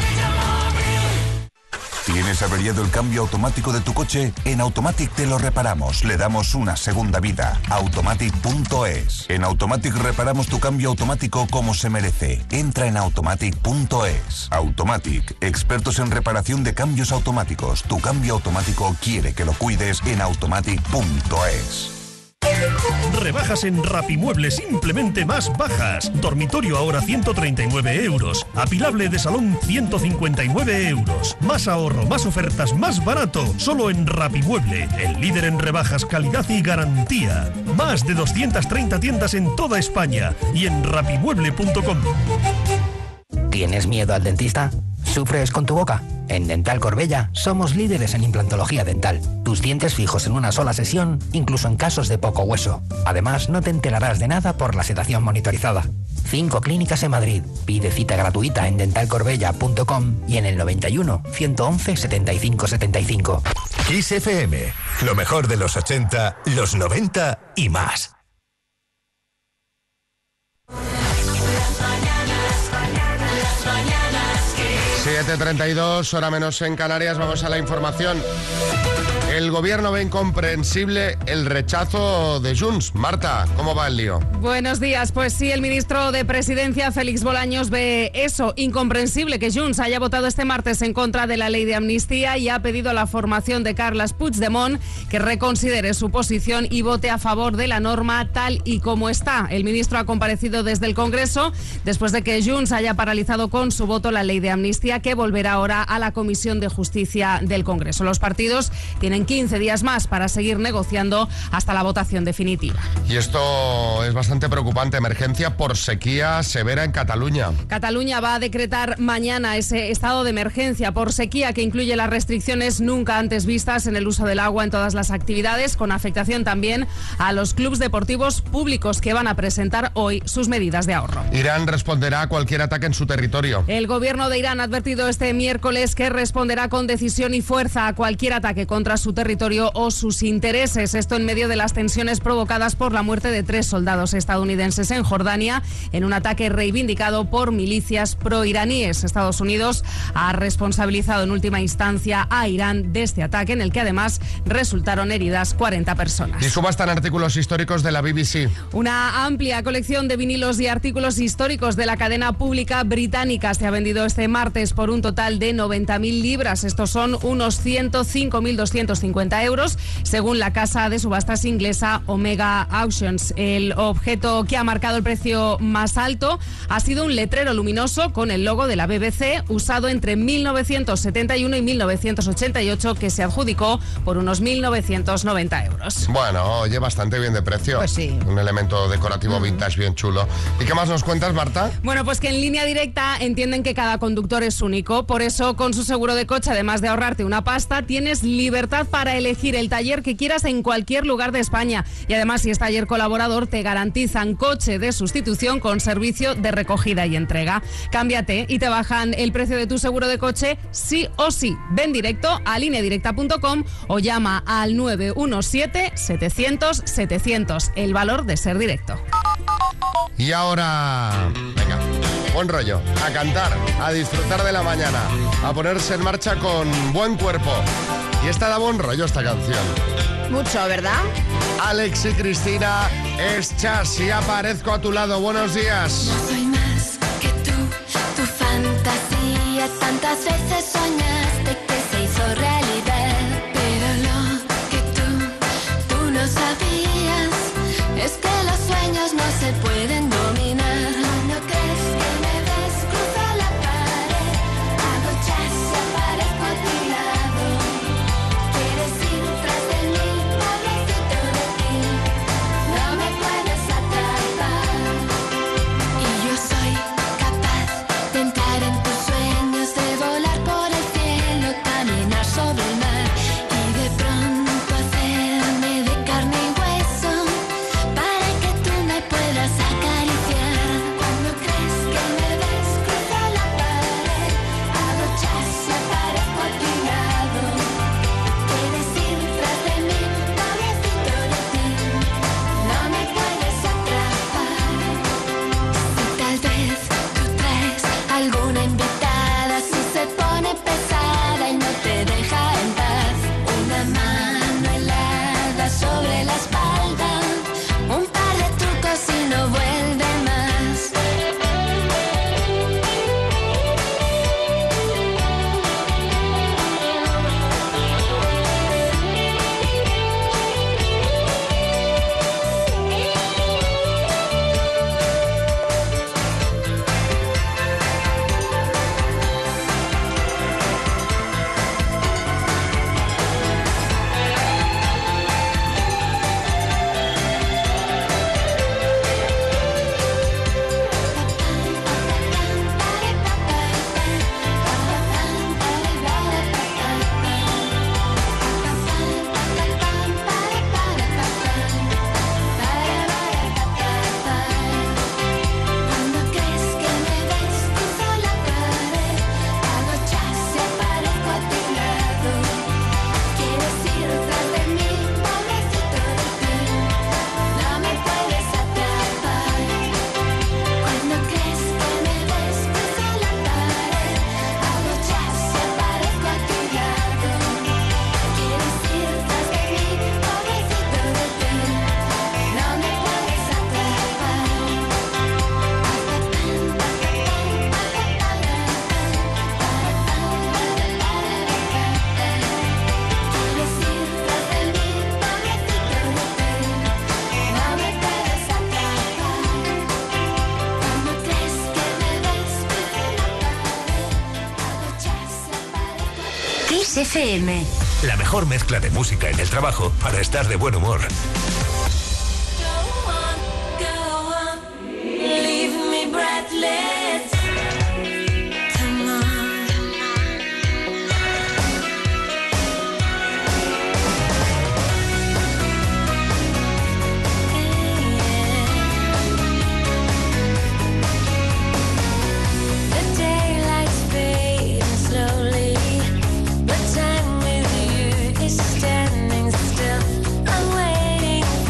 [SPEAKER 21] ¿Tienes averiado el cambio automático de tu coche? En Automatic te lo reparamos, le damos una segunda vida. Automatic punto es. En Automatic reparamos tu cambio automático como se merece. Entra en automatic punto es. Automatic, expertos en reparación de cambios automáticos. Tu cambio automático quiere que lo cuides en automatic punto es.
[SPEAKER 22] Rebajas en Rapimueble, simplemente más bajas. Dormitorio ahora ciento treinta y nueve euros. Apilable de salón ciento cincuenta y nueve euros. Más ahorro, más ofertas, más barato. Solo en Rapimueble, el líder en rebajas, calidad y garantía. Más de doscientas treinta tiendas en toda España y en rapimueble punto com.
[SPEAKER 23] ¿Tienes miedo al dentista? ¿Sufres con tu boca? En Dental Corbella somos líderes en implantología dental. Tus dientes fijos en una sola sesión, incluso en casos de poco hueso. Además, no te enterarás de nada por la sedación monitorizada. Cinco clínicas en Madrid. Pide cita gratuita en dental corbella punto com y en el noventa y uno, ciento once, setenta y cinco setenta y cinco.
[SPEAKER 1] Kiss F M, lo mejor de los ochenta, los noventa y más.
[SPEAKER 2] siete treinta y dos, hora menos en Canarias, vamos a la información. El gobierno ve incomprensible el rechazo de Junts. Marta, ¿cómo va el lío?
[SPEAKER 4] Buenos días. Pues sí, el ministro de Presidencia, Félix Bolaños, ve eso, incomprensible que Junts haya votado este martes en contra de la ley de amnistía y ha pedido a la formación de Carles Puigdemont que reconsidere su posición y vote a favor de la norma tal y como está. El ministro ha comparecido desde el Congreso después de que Junts haya paralizado con su voto la ley de amnistía, que volverá ahora a la Comisión de Justicia del Congreso. Los partidos tienen quince días más para seguir negociando hasta la votación definitiva.
[SPEAKER 2] Y esto es bastante preocupante. Emergencia por sequía severa en Cataluña.
[SPEAKER 4] Cataluña va a decretar mañana ese estado de emergencia por sequía que incluye las restricciones nunca antes vistas en el uso del agua en todas las actividades, con afectación también a los clubes deportivos públicos que van a presentar hoy sus medidas de ahorro.
[SPEAKER 2] Irán responderá a cualquier ataque en su territorio.
[SPEAKER 4] El gobierno de Irán ha advertido este miércoles que responderá con decisión y fuerza a cualquier ataque contra su territorio o sus intereses. Esto en medio de las tensiones provocadas por la muerte de tres soldados estadounidenses en Jordania en un ataque reivindicado por milicias proiraníes. Estados Unidos ha responsabilizado en última instancia a Irán de este ataque, en el que además resultaron heridas cuarenta personas.
[SPEAKER 2] Y subastan artículos históricos de la B B C.
[SPEAKER 4] Una amplia colección de vinilos y artículos históricos de la cadena pública británica se ha vendido este martes por un total de noventa mil libras. Estos son unos ciento cinco mil doscientos cincuenta euros, según la casa de subastas inglesa Omega Auctions. El objeto que ha marcado el precio más alto ha sido un letrero luminoso con el logo de la B B C, usado entre mil novecientos setenta y uno y mil novecientos ochenta y ocho, que se adjudicó por unos mil novecientos noventa euros.
[SPEAKER 2] Bueno, oye, bastante bien de precio.
[SPEAKER 4] Pues sí.
[SPEAKER 2] Un elemento decorativo vintage bien chulo. ¿Y qué más nos cuentas, Marta?
[SPEAKER 4] Bueno, pues que en Línea Directa entienden que cada conductor es único. electrónico. Por eso, con su seguro de coche, además de ahorrarte una pasta, tienes libertad para elegir el taller que quieras en cualquier lugar de España. Y además, si es taller colaborador, te garantizan coche de sustitución con servicio de recogida y entrega. Cámbiate y te bajan el precio de tu seguro de coche sí o sí. Ven directo a línea directa punto com o llama al nueve uno siete, setecientos, setecientos. El valor de ser directo.
[SPEAKER 2] Y ahora, venga, buen rollo, a cantar, a disfrutar de la mañana, a ponerse en marcha con buen cuerpo. Y esta da buen rollo esta canción.
[SPEAKER 3] Mucho, ¿verdad?
[SPEAKER 2] Alex y Cristina, es Chas y aparezco a tu lado. Buenos días.
[SPEAKER 7] No soy más que tú, tu fantasía. Tantas veces soñaste que se hizo realidad. Pero lo que tú, tú no sabías es que los sueños no se pueden dominar. No crees que me ves, cruzo la pared, hago chas y aparezco a tu lado. Quieres ir tras de mí, pobrecito de ti, no me puedes atrapar. Y yo soy capaz de entrar en tus sueños, de volar por el cielo, caminar sobre el mar y de pronto hacerme de carne y hueso para que tú me puedas acariciar. Cuando crees que me ves, cruzo la pared, hago chas y aparezco a tu lado. Quieres ir tras de mí, pobrecito de ti, no me puedes atrapar. Si tal vez tú traes alguna invitada, si se pone pesada y no te deja en paz, una mano helada sobre la espalda, un par de trucos y no vuelve más. Cuando crees que me ves, cruzo la pared, hago chas y aparezco a tu lado. Quieres ir tras de mí, pobrecito de ti, no me puedes atrapar. Cuando crees que me ves, cruzo la pared, hago chas y aparezco a tu lado. Quieres ir tras de mí, pobrecito de ti, no me puedes atrapar. Quieres ir tras de mí, pobrecito de ti, no me puedes atrapar. Cuando crees que me ves, cruzo la pared, hago chas y aparezco a tu lado.
[SPEAKER 1] Kiss F M. La mejor mezcla de música en el trabajo para estar de buen humor.
[SPEAKER 7] Leave me breathless. Come on. The daylight's fading slowly, but time with you is standing still. I'm waiting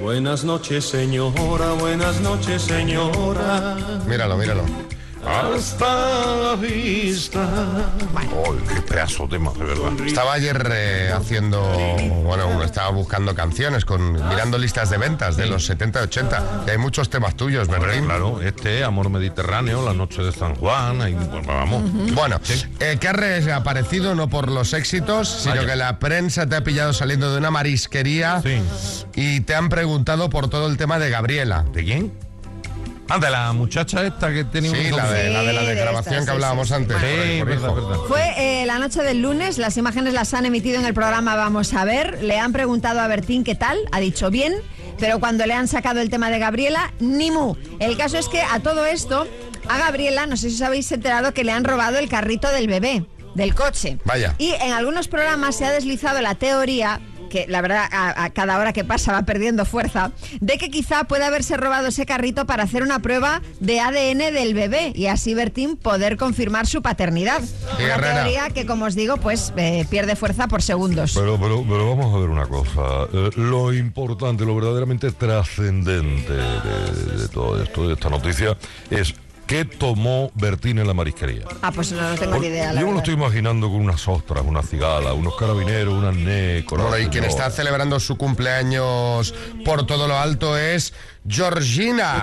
[SPEAKER 8] Buenas noches, señora, buenas noches, señora.
[SPEAKER 2] Míralo, míralo.
[SPEAKER 6] Hasta la vista. Oh, qué pedazo de tema, de verdad.
[SPEAKER 2] Estaba ayer eh, haciendo, bueno, estaba buscando canciones, con mirando listas de ventas de los setenta y ochenta. Y hay muchos temas tuyos, ¿verdad?
[SPEAKER 6] Claro, este, Amor Mediterráneo, La Noche de San Juan, ahí, pues, vamos.
[SPEAKER 2] Uh-huh. Bueno, sí. eh, que ha reaparecido no por los éxitos, sino Vaya. que la prensa te ha pillado saliendo de una marisquería sí. y te han preguntado por todo el tema de Gabriela.
[SPEAKER 6] ¿De quién? Ah, de la muchacha esta que tenía
[SPEAKER 2] sí,
[SPEAKER 6] un...
[SPEAKER 2] la de,
[SPEAKER 6] sí,
[SPEAKER 2] la de la
[SPEAKER 6] de
[SPEAKER 2] grabación
[SPEAKER 6] esta,
[SPEAKER 2] que hablábamos
[SPEAKER 6] sí, sí,
[SPEAKER 2] antes.
[SPEAKER 6] Sí,
[SPEAKER 2] por
[SPEAKER 6] por verdad, verdad.
[SPEAKER 3] Fue eh, la noche del lunes, las imágenes las han emitido en el programa Vamos a ver. Le han preguntado a Bertín qué tal, ha dicho bien, pero cuando le han sacado el tema de Gabriela, ni mu. El caso es que a todo esto, a Gabriela, no sé si os habéis enterado que le han robado el carrito del bebé, del coche.
[SPEAKER 2] Vaya.
[SPEAKER 3] Y en algunos programas se ha deslizado la teoría, que la verdad a, a cada hora que pasa va perdiendo fuerza, de que quizá pueda haberse robado ese carrito para hacer una prueba de A D N del bebé y así Bertín poder confirmar su paternidad.
[SPEAKER 2] Qué
[SPEAKER 3] una
[SPEAKER 2] guerrera.
[SPEAKER 3] teoría que, como os digo, pues eh, pierde fuerza por segundos.
[SPEAKER 6] Pero, pero, pero vamos a ver una cosa. Eh, lo importante, lo verdaderamente trascendente de, de todo esto, de esta noticia, es ¿qué tomó Bertín en la marisquería?
[SPEAKER 3] Ah, pues no, no tengo
[SPEAKER 6] Por,
[SPEAKER 3] ni idea. La
[SPEAKER 6] yo me lo
[SPEAKER 3] verdad.
[SPEAKER 6] estoy imaginando con unas ostras, unas cigalas, unos carabineros, unas necos.
[SPEAKER 2] Bueno, y quien está celebrando su cumpleaños por todo lo alto es Georgina.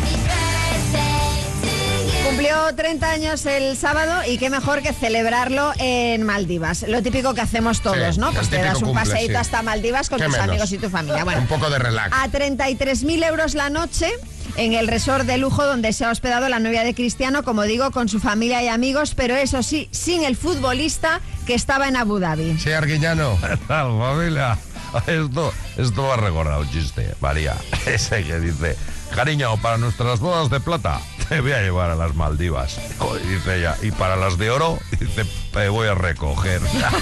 [SPEAKER 3] Cumplió treinta años el sábado y qué mejor que celebrarlo en Maldivas. Lo típico que hacemos todos,
[SPEAKER 2] Sí,
[SPEAKER 3] ¿no?
[SPEAKER 2] el
[SPEAKER 3] Pues te das
[SPEAKER 2] típico
[SPEAKER 3] un
[SPEAKER 2] cumple,
[SPEAKER 3] paseíto
[SPEAKER 2] sí.
[SPEAKER 3] hasta Maldivas con
[SPEAKER 2] ¿Qué
[SPEAKER 3] tus
[SPEAKER 2] menos?
[SPEAKER 3] amigos y tu familia. Bueno,
[SPEAKER 2] Un poco de relax.
[SPEAKER 3] a treinta y tres mil euros la noche en el resort de lujo donde se ha hospedado la novia de Cristiano, como digo, con su familia y amigos, pero eso sí, sin el futbolista que estaba en Abu Dhabi.
[SPEAKER 2] Sí, Arguiñano.
[SPEAKER 6] familia. Esto, esto va a recordar un chiste, María. Ese que dice, cariño, para nuestras bodas de plata te voy a llevar a las Maldivas. Y dice ella, y para las de oro, dice, te voy a recoger.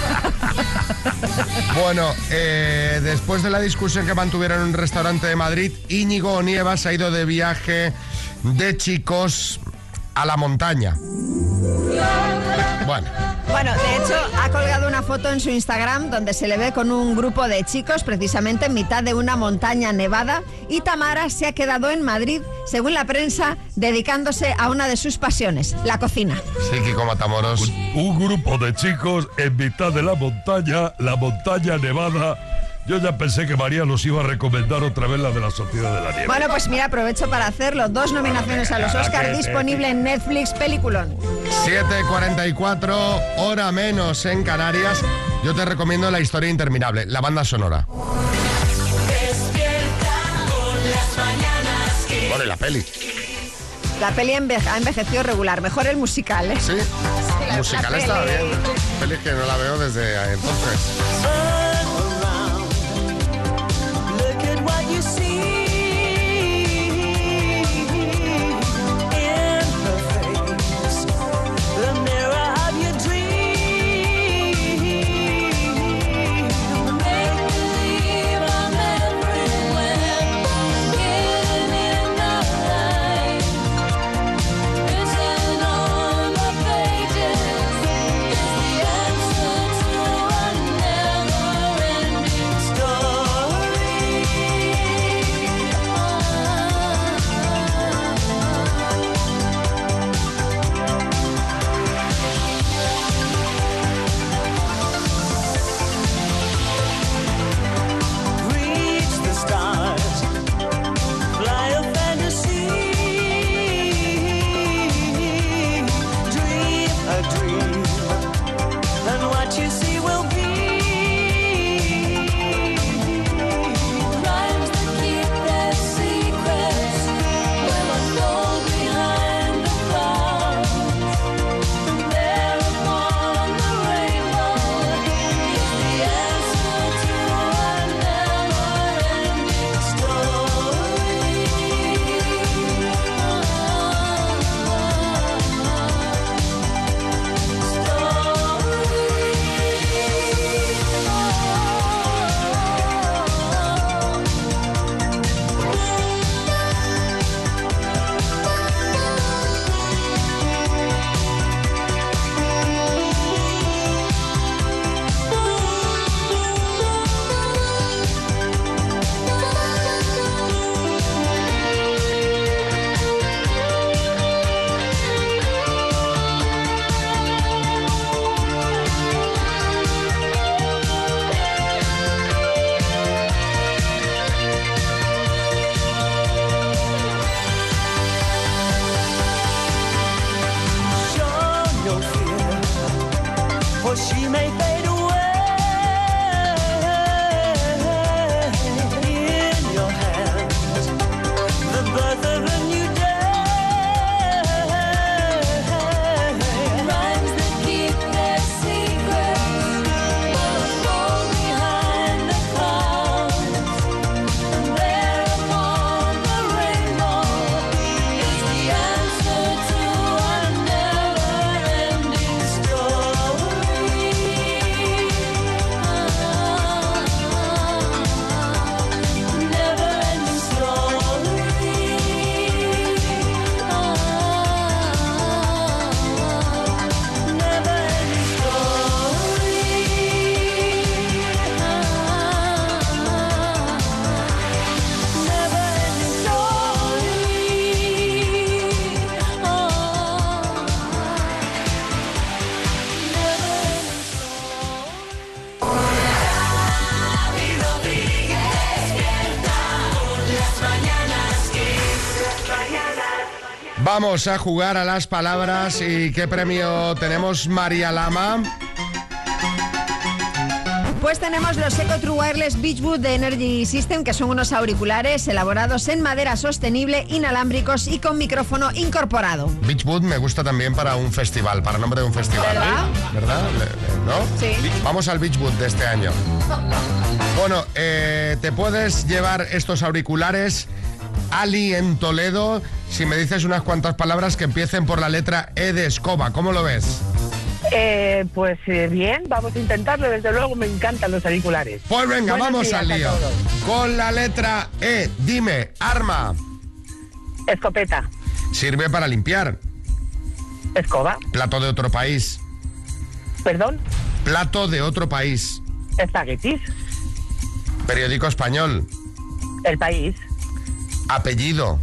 [SPEAKER 2] Bueno, eh, después de la discusión que mantuvieron en un restaurante de Madrid, Íñigo Onievas ha ido de viaje de chicos a la montaña. Bueno.
[SPEAKER 3] Bueno, de hecho, ha colgado una foto en su Instagram donde se le ve con un grupo de chicos precisamente en mitad de una montaña nevada y Tamara se ha quedado en Madrid, según la prensa, dedicándose a una de sus pasiones, la cocina.
[SPEAKER 2] Sí, Kiko Matamoros.
[SPEAKER 6] Un, un grupo de chicos en mitad de la montaña, la montaña nevada. Yo ya pensé que María nos iba a recomendar otra vez la de la Sociedad de la Nieve.
[SPEAKER 3] Bueno, pues mira, aprovecho para hacerlo. Dos nominaciones a los Oscar, disponible en Netflix, peliculón.
[SPEAKER 2] siete cuarenta y cuatro, hora menos en Canarias. Yo te recomiendo La Historia Interminable, la banda sonora.
[SPEAKER 5] Despierta con las mañanas que...
[SPEAKER 2] Bueno, y la peli.
[SPEAKER 3] La peli enve- ha envejecido regular, mejor el musical, ¿eh?
[SPEAKER 2] Sí,
[SPEAKER 3] la-
[SPEAKER 2] musical
[SPEAKER 3] la
[SPEAKER 2] está
[SPEAKER 3] peli.
[SPEAKER 2] bien. Peli que no la veo desde entonces.
[SPEAKER 5] Look at what you see in her face, the mirror of your dream. Make believe I'm everywhere, hidden in the light. Written on the pages is the answer to a never
[SPEAKER 2] Vamos a jugar a las palabras. ¿Y qué premio tenemos, María Lama?
[SPEAKER 3] Pues tenemos los Eco True Wireless Beachwood de Energy System, que son unos auriculares elaborados en madera sostenible, inalámbricos y con micrófono incorporado.
[SPEAKER 2] Beachwood me gusta también para un festival, para nombre de un festival.
[SPEAKER 3] ¿Verdad?
[SPEAKER 2] ¿eh? ¿Verdad? ¿No?
[SPEAKER 3] Sí.
[SPEAKER 2] Vamos al Beachwood de este año. Bueno, eh, te puedes llevar estos auriculares, Ali, en Toledo, si me dices unas cuantas palabras que empiecen por la letra E de escoba. ¿Cómo lo ves?
[SPEAKER 9] Eh, pues eh, bien, vamos a intentarlo, desde luego me encantan los auriculares.
[SPEAKER 2] Pues venga,
[SPEAKER 9] Buenos
[SPEAKER 2] vamos
[SPEAKER 9] días
[SPEAKER 2] al lío.
[SPEAKER 9] a todos.
[SPEAKER 2] Con la letra E, dime, arma.
[SPEAKER 9] Escopeta.
[SPEAKER 2] Sirve para limpiar.
[SPEAKER 9] Escoba.
[SPEAKER 2] Plato de otro país.
[SPEAKER 9] ¿Perdón?
[SPEAKER 2] Plato de otro país.
[SPEAKER 9] Espaguetis.
[SPEAKER 2] Periódico español.
[SPEAKER 9] El País.
[SPEAKER 2] Apellido.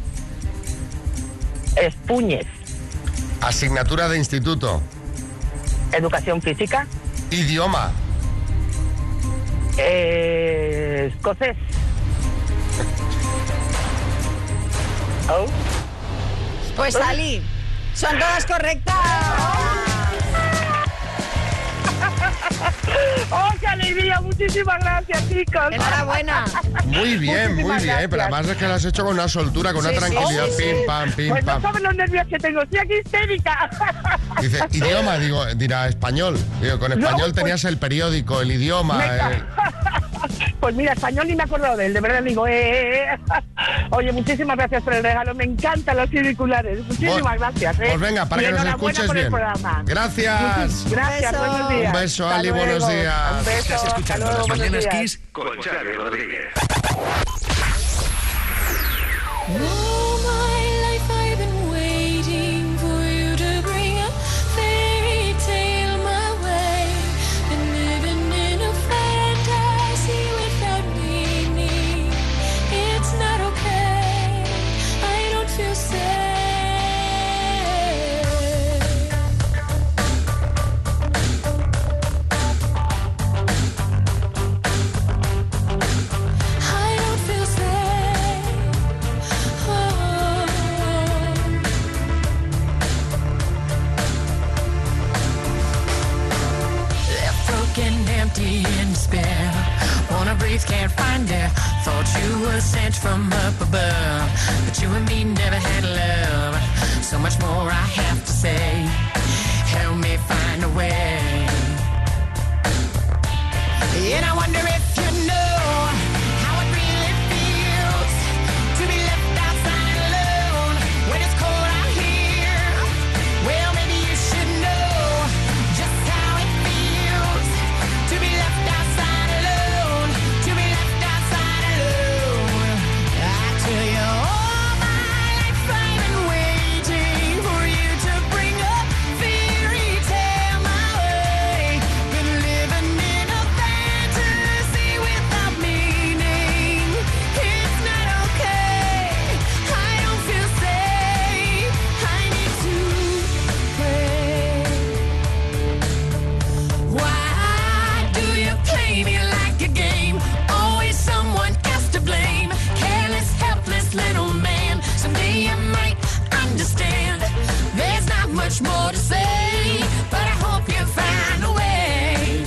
[SPEAKER 9] Espúñez.
[SPEAKER 2] Asignatura de instituto.
[SPEAKER 9] Educación física.
[SPEAKER 2] Idioma.
[SPEAKER 9] Eh, escocés. Oh.
[SPEAKER 3] Pues Ali, son todas correctas.
[SPEAKER 9] ¡Oh, qué alegría! Muchísimas gracias, chicos.
[SPEAKER 3] Enhorabuena.
[SPEAKER 2] Muy bien, muy
[SPEAKER 9] Muchísimas
[SPEAKER 2] bien.
[SPEAKER 9] gracias.
[SPEAKER 2] Pero además es que lo has hecho con una soltura, con
[SPEAKER 9] Sí,
[SPEAKER 2] una
[SPEAKER 9] sí,
[SPEAKER 2] tranquilidad.
[SPEAKER 9] sí, sí.
[SPEAKER 2] Pim, pam, pim,
[SPEAKER 9] Pues no
[SPEAKER 2] pam.
[SPEAKER 9] saben los nervios que tengo, estoy aquí histérica.
[SPEAKER 2] Dice, idioma, digo, dirá español. Digo, con español
[SPEAKER 9] No, pues-
[SPEAKER 2] tenías el periódico, el idioma.
[SPEAKER 9] Me ca-
[SPEAKER 2] el-
[SPEAKER 9] Pues mira, español ni me he acordado de él, de verdad digo, eh, eh. Oye, muchísimas gracias por el regalo, me encantan los auriculares, muchísimas
[SPEAKER 2] Pues-
[SPEAKER 9] gracias. ¿eh?
[SPEAKER 2] pues venga, para
[SPEAKER 9] Y
[SPEAKER 2] que nos
[SPEAKER 9] enhorabuena
[SPEAKER 2] escuches
[SPEAKER 9] por el
[SPEAKER 2] bien.
[SPEAKER 9] programa.
[SPEAKER 2] Gracias.
[SPEAKER 9] Gracias,
[SPEAKER 3] Un beso.
[SPEAKER 9] buenos días.
[SPEAKER 2] Un beso,
[SPEAKER 9] Hasta
[SPEAKER 2] Ali, buenos
[SPEAKER 9] luego.
[SPEAKER 2] días.
[SPEAKER 9] Un beso,
[SPEAKER 10] Estás
[SPEAKER 9] hasta
[SPEAKER 10] escuchando
[SPEAKER 9] luego,
[SPEAKER 10] Las
[SPEAKER 9] buenos
[SPEAKER 10] Mañanas
[SPEAKER 9] días.
[SPEAKER 10] Kiss con Xavi Rodríguez.
[SPEAKER 7] All my life I've been waiting for you to bring a fairy tale my way. Been living in a fantasy without meaning. It's not okay. I don't feel safe. I don't feel safe. Oh. Left broken, empty, in despair. Wanna breathe, can't find air. Thought you were sent from up above, but you and me never had love. So much more I have to say. Help me find a way. And I wonder if you know how it really feels to be left outside alone when it's cold out here. Well, maybe you should know just how it feels to be left outside alone, to be left outside alone. I tell you, all my life I've been waiting for you to bring a fairy tale my way. Been living in a fantasy without meaning. It's not okay. I don't feel safe. I need to pray. Why do you play me like a game? Always someone else to blame. Careless, helpless little man. Someday you might understand. There's not much more to say, but I hope you find a way.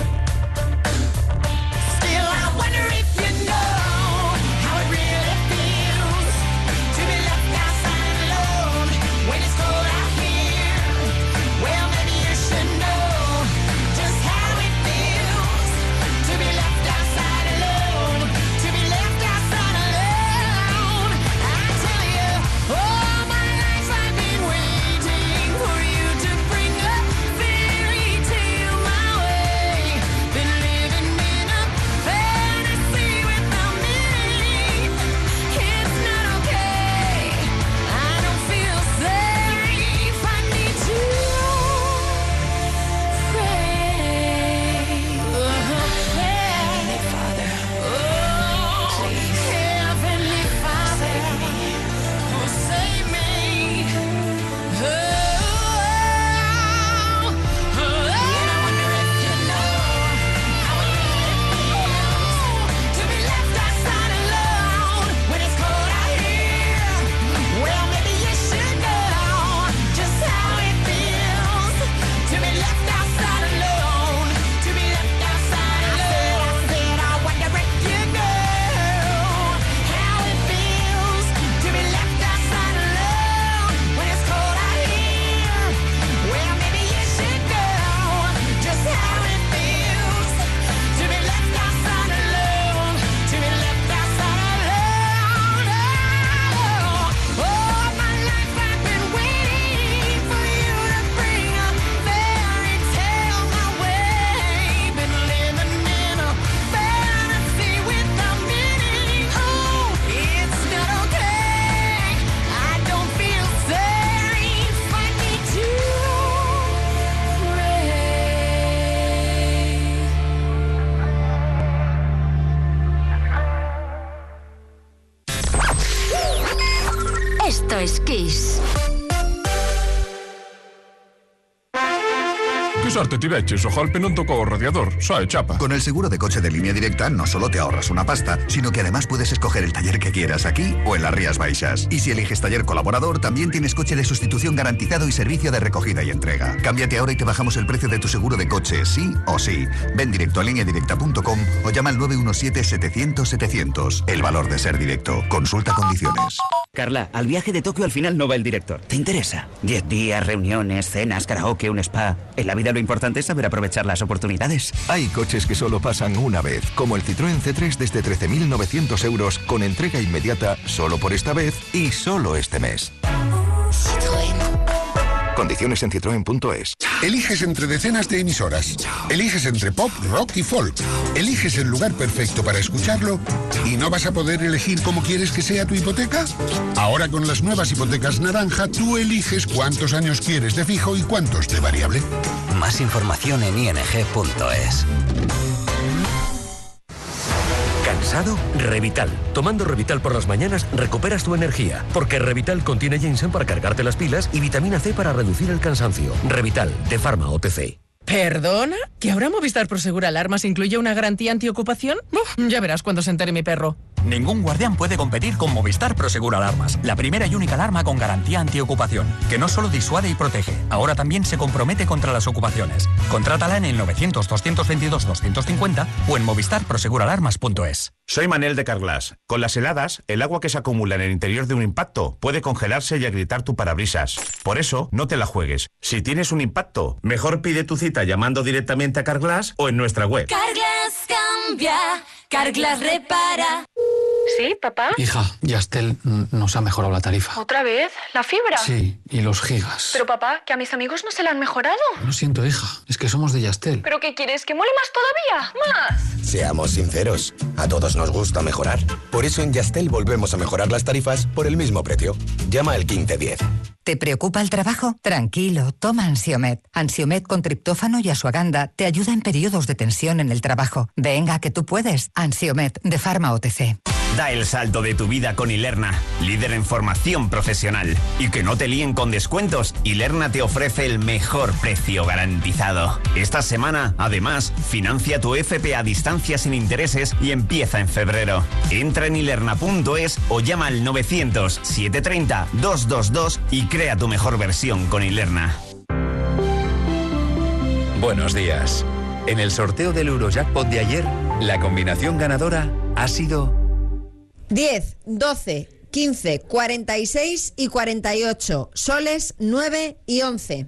[SPEAKER 7] Still, I wonder if you know how it really feels to be left outside alone when it's cold out here. Well, maybe you should know just how it feels to be left outside alone, to be left outside alone. I tell you, all my life I've been waiting for you to bring a
[SPEAKER 10] Esto es Kiss.
[SPEAKER 11] Quizarte ti vecchis o Jalpe non tocó radiador, sai chapa.
[SPEAKER 12] Con el seguro de coche de Línea Directa no solo te ahorras una pasta, sino que además puedes escoger el taller que quieras aquí o en las Rías Baixas. Y si eliges taller colaborador, también tienes coche de sustitución garantizado y servicio de recogida y entrega. Cámbiate ahora y te bajamos el precio de tu seguro de coche, sí o sí. Ven directo a línea directa punto com o llama al nueve uno siete, setecientos, setecientos. El valor de ser directo. Consulta condiciones.
[SPEAKER 24] Carla, al viaje de Tokio al final no va el director. ¿Te interesa? Diez días, reuniones, cenas, karaoke, un spa. En la vida lo importante es saber aprovechar las oportunidades.
[SPEAKER 1] Hay coches que solo pasan una vez, como el Citroën C tres desde trece mil novecientos euros con entrega inmediata solo por esta vez y solo este mes. Condiciones en citroen punto es.
[SPEAKER 25] Eliges entre decenas de emisoras. Eliges entre pop, rock y folk. Eliges el lugar perfecto para escucharlo y no vas a poder elegir cómo quieres que sea tu hipoteca. Ahora con las nuevas hipotecas naranja, tú eliges cuántos años quieres de fijo y cuántos de variable.
[SPEAKER 26] Más información en i n g punto es.
[SPEAKER 27] ¿Cansado? Revital. Tomando Revital por las mañanas recuperas tu energía, porque Revital contiene ginseng para cargarte las pilas y vitamina C para reducir el cansancio. Revital, de Pharma O T C.
[SPEAKER 28] ¿Perdona? ¿Que ahora Movistar Prosegur Alarmas incluye una garantía antiocupación? Uf, ya verás cuando se entere mi perro.
[SPEAKER 29] Ningún guardián puede competir con Movistar Prosegur Alarmas, la primera y única alarma con garantía antiocupación, que no solo disuade y protege, ahora también se compromete contra las ocupaciones. Contrátala en el novecientos, doscientos veintidós, doscientos cincuenta o en movistar prosegur alarmas punto es.
[SPEAKER 30] Soy Manel de Carglass. Con las heladas, el agua que se acumula en el interior de un impacto puede congelarse y agrietar tu parabrisas. Por eso, no te la juegues. Si tienes un impacto, mejor pide tu cita llamando directamente a Carglass o en nuestra web.
[SPEAKER 10] Carglass cambia, Carglass repara.
[SPEAKER 31] ¿Sí, papá?
[SPEAKER 32] Hija, Yastel nos ha mejorado la tarifa.
[SPEAKER 31] ¿Otra vez? ¿La fibra?
[SPEAKER 32] Sí, y los gigas.
[SPEAKER 31] Pero papá, que a mis amigos no se la han mejorado.
[SPEAKER 32] Lo siento, hija, es que somos de Yastel.
[SPEAKER 31] ¿Pero qué quieres? ¿Que mole más todavía? ¡Más!
[SPEAKER 33] Seamos sinceros, a todos nos gusta mejorar. Por eso en Yastel volvemos a mejorar las tarifas por el mismo precio. Llama al quince diez.
[SPEAKER 34] ¿Te preocupa el trabajo? Tranquilo, toma Ansiomed. Ansiomed con triptófano y asuaganda te ayuda en periodos de tensión en el trabajo. Venga, que tú puedes. Ansiomed, de Pharma O T C.
[SPEAKER 35] Da el salto de tu vida con Ilerna, líder en formación profesional. Y que no te líen con descuentos, Ilerna te ofrece el mejor precio garantizado. Esta semana, además, financia tu F P a distancia sin intereses y empieza en febrero. Entra en ilerna punto es o llama al novecientos, setecientos treinta, doscientos veintidós y crea tu mejor versión con Ilerna.
[SPEAKER 36] Buenos días. En el sorteo del Eurojackpot de ayer, la combinación ganadora ha sido
[SPEAKER 3] diez, doce, quince, cuarenta y seis y cuarenta y ocho, soles nueve y once.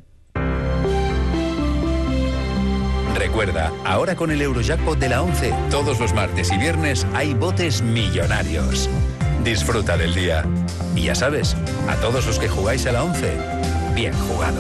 [SPEAKER 36] Recuerda, ahora con el Eurojackpot de la once, todos los martes y viernes hay botes millonarios. Disfruta del día. Y ya sabes, a todos los que jugáis a la once, bien jugado.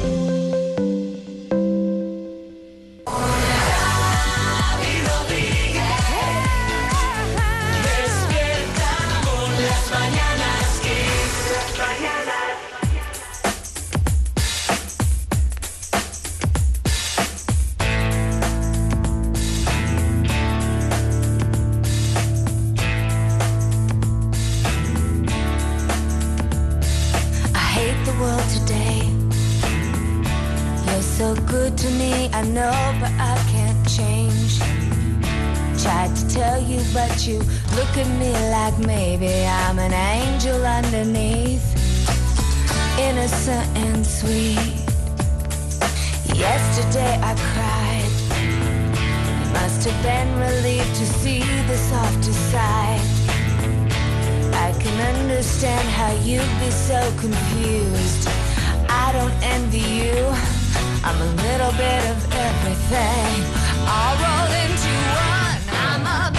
[SPEAKER 7] I know, but I can't change. Tried to tell you, but you look at me like maybe I'm an angel underneath, innocent and sweet. Yesterday I cried. You must have been relieved to see the softer side. I can understand how you'd be so confused. I don't envy you. I'm a little bit of everything, all rolled into one. I'm a